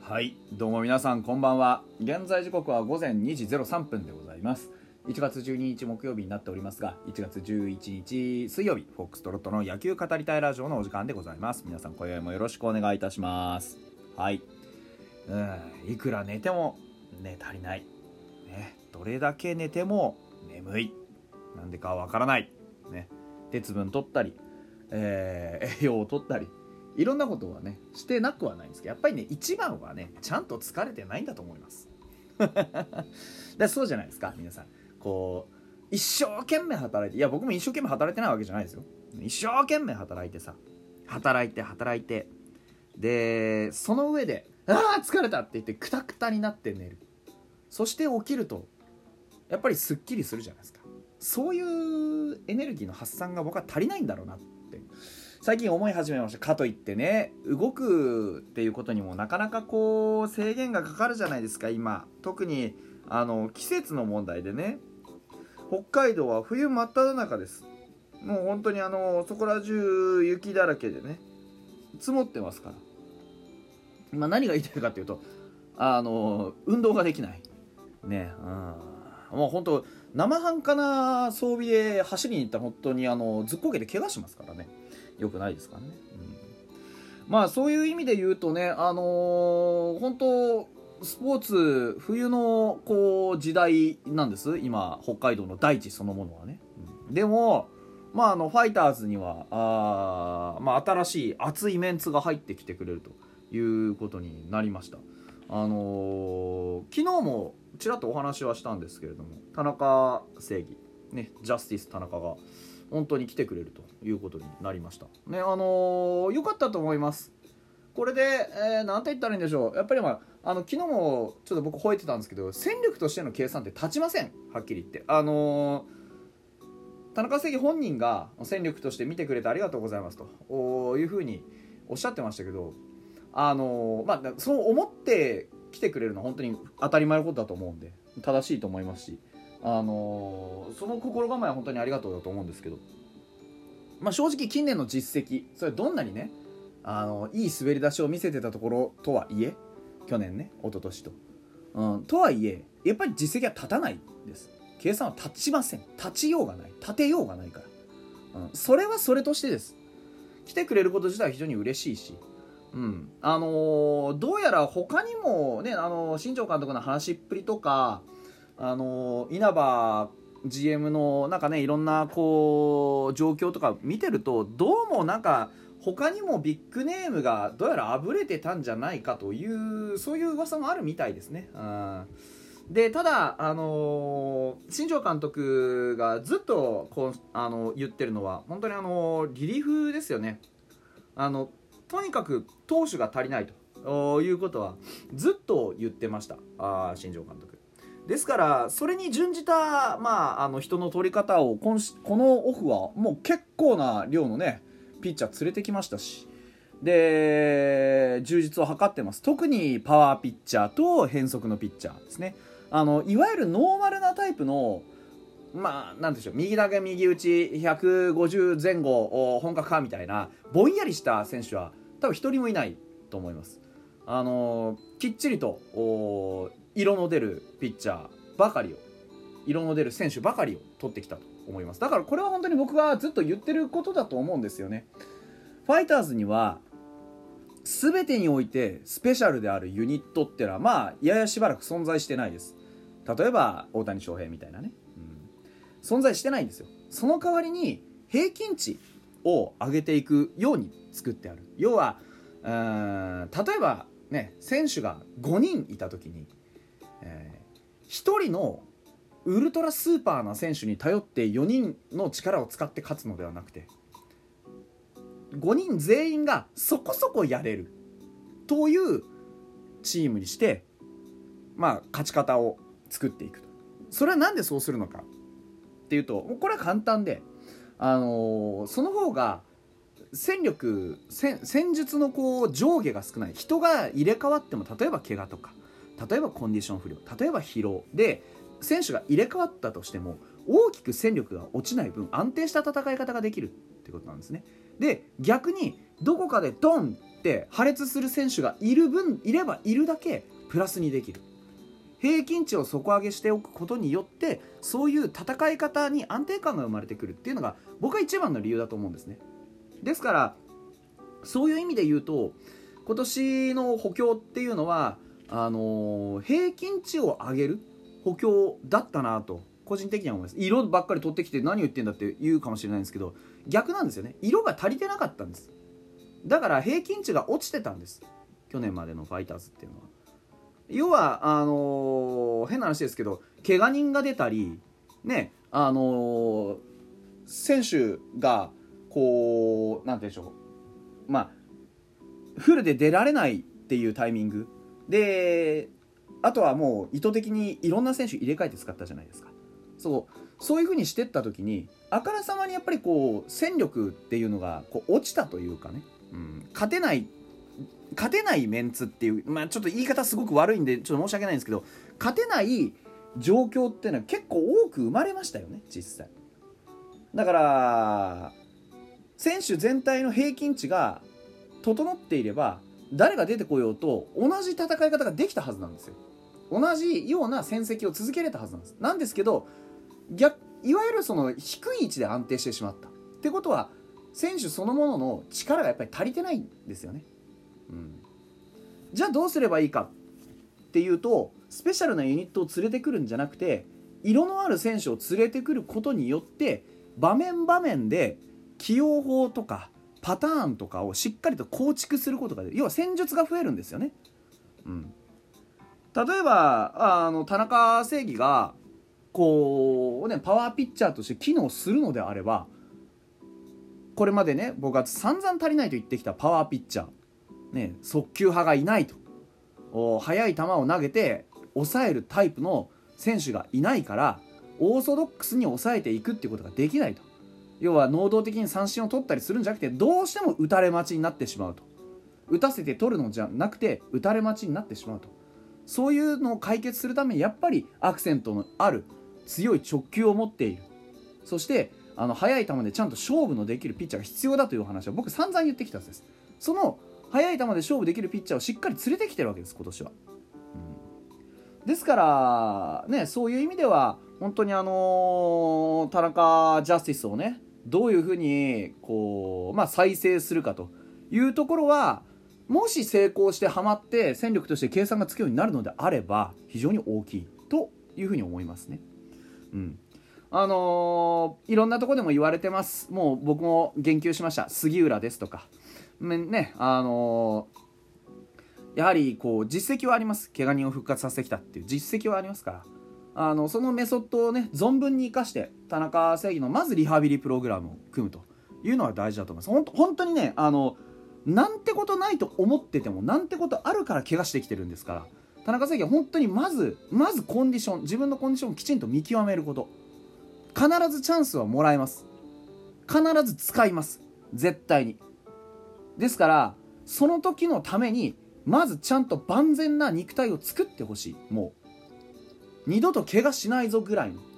はい、どうも皆さんこんばんは。現在時刻は午前2時03分でございます。1月12日木曜日になっておりますが、1月11日水曜日、フォックストロットの野球語りたいラジオのお時間でございます。皆さん今宵もよろしくお願いいたします。はい、いくら寝ても寝足りない、ね、どれだけ寝ても眠い、なんでかわからない、ね、鉄分取ったり、栄養を取ったりいろんなことはねしてなくはないんですけど、やっぱりね一番はねちゃんと疲れてないんだと思いますだそうじゃないですか。皆さんこう一生懸命働いて、いや僕も一生懸命働いてないわけじゃないですよ。一生懸命働いてさ、働いてでその上で疲れたって言ってクタクタになって寝る。そして起きるとやっぱりすっきりするじゃないですか。そういうエネルギーの発散が僕は足りないんだろうなって最近思い始めました。かといってね、動くっていうことにもなかなかこう制限がかかるじゃないですか。今特に季節の問題でね、北海道は冬真っ只中です。もう本当にそこら中雪だらけでね積もってますから、今何が言いたいかというと運動ができないね。もう本当生半可な装備で走りに行ったら本当にずっこけて怪我しますからね。よくないですからね、まあそういう意味で言うとね、本当スポーツ冬のこう時代なんです今北海道の大地そのものはね、でもまあファイターズには新しい熱いメンツが入ってきてくれるということになりました。昨日もちらっとお話はしたんですけれども、田中正義ね、ジャスティス田中が本当に来てくれるということになりましたね。良かったと思います。これで、なんて言ったらいいんでしょう。やっぱり昨日もちょっと僕吠えてたんですけど、戦力としての計算って立ちません。はっきり言って田中正義本人が戦力として見てくれてありがとうございますというふうにおっしゃってましたけど、そう思って来てくれるのは本当に当たり前のことだと思うんで正しいと思いますし、その心構えは本当にありがとうだと思うんですけど、正直近年の実績、それどんなにねいい滑り出しを見せてたところとはいえ、去年ね一昨年と、とはいえやっぱり実績は立たないです。計算は立ちません。立ちようがない、立てようがないから、それはそれとしてです。来てくれること自体は非常に嬉しいし、どうやら他にもね新庄監督の話っぷりとか稲葉 GM のなんかねいろんなこう状況とか見てると、どうもなんか他にもビッグネームがどうやらあぶれてたんじゃないかというそういう噂もあるみたいですね。でただ新庄監督がずっとこう言ってるのは本当にリリーフですよね。とにかく投手が足りないということはずっと言ってました、新庄監督ですから、それに準じた、人の取り方をこのオフはもう結構な量のねピッチャー連れてきましたし、で充実を図ってます。特にパワーピッチャーと変則のピッチャーですね。いわゆるノーマルなタイプのなんでしょう、右投げ右打ち150前後本格派みたいなぼんやりした選手は多分一人もいないと思います。きっちりと色の出るピッチャーばかりを、色の出る選手ばかりを取ってきたと思います。だからこれは本当に僕がずっと言ってることだと思うんですよね。ファイターズには全てにおいてスペシャルであるユニットっていうのはややしばらく存在してないです。例えば大谷翔平みたいなね、存在してないんですよ。その代わりに平均値を上げていくように作ってある。要は例えばね、選手が5人いた時に、1人のウルトラスーパーな選手に頼って4人の力を使って勝つのではなくて、5人全員がそこそこやれるというチームにして勝ち方を作っていくと。それはなんでそうするのかっていうと、これは簡単で、その方が戦術のこう上下が少ない。人が入れ替わっても、例えば怪我とか、例えばコンディション不良、例えば疲労で選手が入れ替わったとしても大きく戦力が落ちない分安定した戦い方ができるってことなんですね。で逆にどこかでドンっって破裂する選手がいればいるだけプラスにできる。平均値を底上げしておくことによってそういう戦い方に安定感が生まれてくるっていうのが僕は一番の理由だと思うんですね。ですからそういう意味で言うと今年の補強っていうのは平均値を上げる補強だったなと個人的には思います。色ばっかり取ってきて何を言ってんだって言うかもしれないんですけど、逆なんですよね。色が足りてなかったんです。だから平均値が落ちてたんです、去年までのファイターズっていうのは。要は変な話ですけど、怪我人が出たりね、選手がこうなんて言うんでしょう、まあフルで出られないっていうタイミングで、あとはもう意図的にいろんな選手入れ替えて使ったじゃないですか。そういう風にしてった時にあからさまにやっぱりこう戦力っていうのがこう落ちたというかね、勝てないメンツっていう、ちょっと言い方すごく悪いんでちょっと申し訳ないんですけど、勝てない状況っていうのは結構多く生まれましたよね、実際。だから選手全体の平均値が整っていれば誰が出てこようと同じ戦い方ができたはずなんですよ。同じような戦績を続けれたはずなんですけど、いわゆるその低い位置で安定してしまったってことは選手そのものの力がやっぱり足りてないんですよね。じゃあどうすればいいかっていうと、スペシャルなユニットを連れてくるんじゃなくて色のある選手を連れてくることによって場面場面で起用法とかパターンとかをしっかりと構築することができる。要は戦術が増えるんですよね。例えば田中正義がこうねパワーピッチャーとして機能するのであれば、これまでね僕は散々足りないと言ってきたパワーピッチャー、速球派がいないと、速い球を投げて抑えるタイプの選手がいないからオーソドックスに抑えていくっていうことができないと。要は能動的に三振を取ったりするんじゃなくて、どうしても打たれ待ちになってしまうと。打たせて取るのじゃなくて打たれ待ちになってしまうと。そういうのを解決するためにやっぱりアクセントのある強い直球を持っている、そして速い球でちゃんと勝負のできるピッチャーが必要だという話は僕散々言ってきたんです。その速い球で勝負できるピッチャーをしっかり連れてきてるわけです今年は。ですからね、そういう意味では本当に田中ジャスティスをねどういうふうにこう、再生するかというところは、もし成功してハマって戦力として計算がつくようになるのであれば非常に大きいというふうに思いますね。いろんなとこでも言われてます。もう僕も言及しました。杉浦ですとかね、やはりこう実績はあります。怪我人を復活させてきたっていう実績はありますから、そのメソッドをね存分に生かして田中正義のまずリハビリプログラムを組むというのは大事だと思います。本当にねなんてことないと思っててもなんてことあるから怪我してきてるんですから、田中正義は本当にまずコンディション、自分のコンディションをきちんと見極めること。必ずチャンスはもらえます。必ず使います。絶対に。ですからその時のためにまずちゃんと万全な肉体を作ってほしい。もう二度と怪我しないぞぐらいの。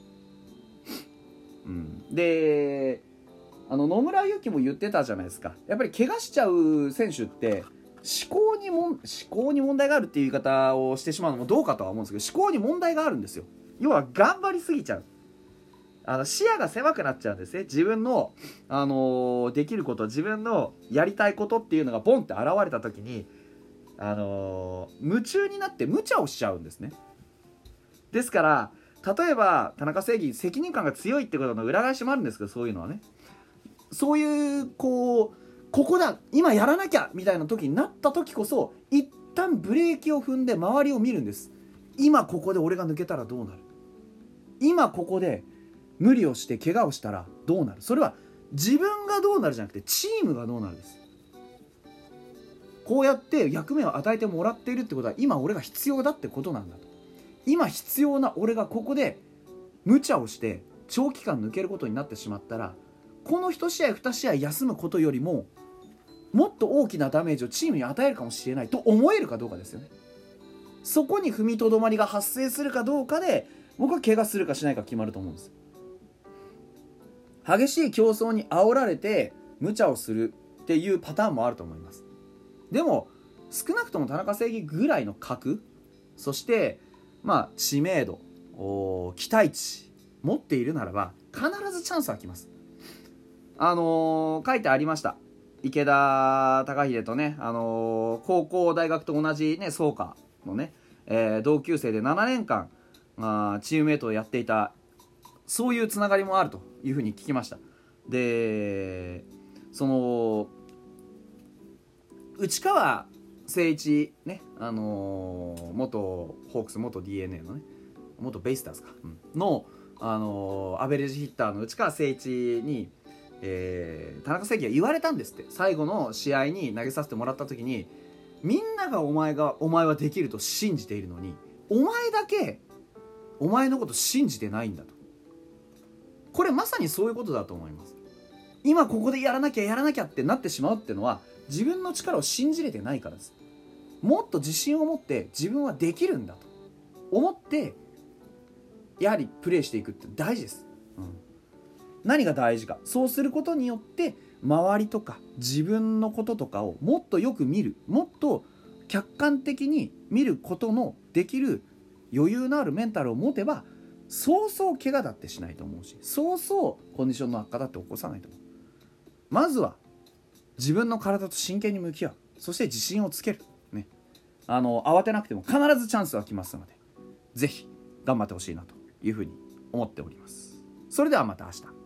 で野村祐希も言ってたじゃないですか。やっぱり怪我しちゃう選手って思考に問題があるっていう言い方をしてしまうのもどうかとは思うんですけど、思考に問題があるんですよ。要は頑張りすぎちゃう。視野が狭くなっちゃうんですね。自分の、できること、自分のやりたいことっていうのがボンって現れた時に、夢中になって無茶をしちゃうんですね。ですから例えば田中正義責任感が強いってことの裏返しもあるんですけど、そういうのはね、そういうここだ今やらなきゃみたいな時になった時こそ一旦ブレーキを踏んで周りを見るんです。今ここで俺が抜けたらどうなる、今ここで無理をして怪我をしたらどうなる。それは自分がどうなるじゃなくてチームがどうなるです。こうやって役目を与えてもらっているってことは今俺が必要だってことなんだと。今必要な俺がここで無茶をして長期間抜けることになってしまったら、この1試合2試合休むことよりももっと大きなダメージをチームに与えるかもしれないと思えるかどうかですよね。そこに踏みとどまりが発生するかどうかで僕は怪我するかしないか決まると思うんです。激しい競争に煽られて無茶をするっていうパターンもあると思います。 でも少なくとも田中正義ぐらいの格、そして知名度、期待値持っているならば必ずチャンスは来ます。書いてありました。池田貴秀とね、高校大学と同じね創価のね、同級生で7年間チームメイトをやっていた、そういうつながりもあるというふうに聞きました。でその内川聖一ね、元ホークス、元 DNA のね、元ベイスターズか、の、アベレージヒッターの内川聖一に、田中正義が言われたんですって。最後の試合に投げさせてもらった時に、みんながお前はできると信じているのに、お前だけお前のこと信じてないんだと。これまさにそういうことだと思います。今ここでやらなきゃってなってしまうっていうのは、自分の力を信じれてないからです。もっと自信を持って自分はできるんだと思ってやはりプレーしていくって大事です、何が大事か、そうすることによって周りとか自分のこととかをもっとよく見る、もっと客観的に見ることのできる余裕のあるメンタルを持てば、そうそう怪我だってしないと思うし、そうそうコンディションの悪化だって起こさないと思う。まずは自分の体と真剣に向き合う、そして自信をつける、ね、慌てなくても必ずチャンスは来ますので、ぜひ頑張ってほしいなというふうに思っております。それではまた明日。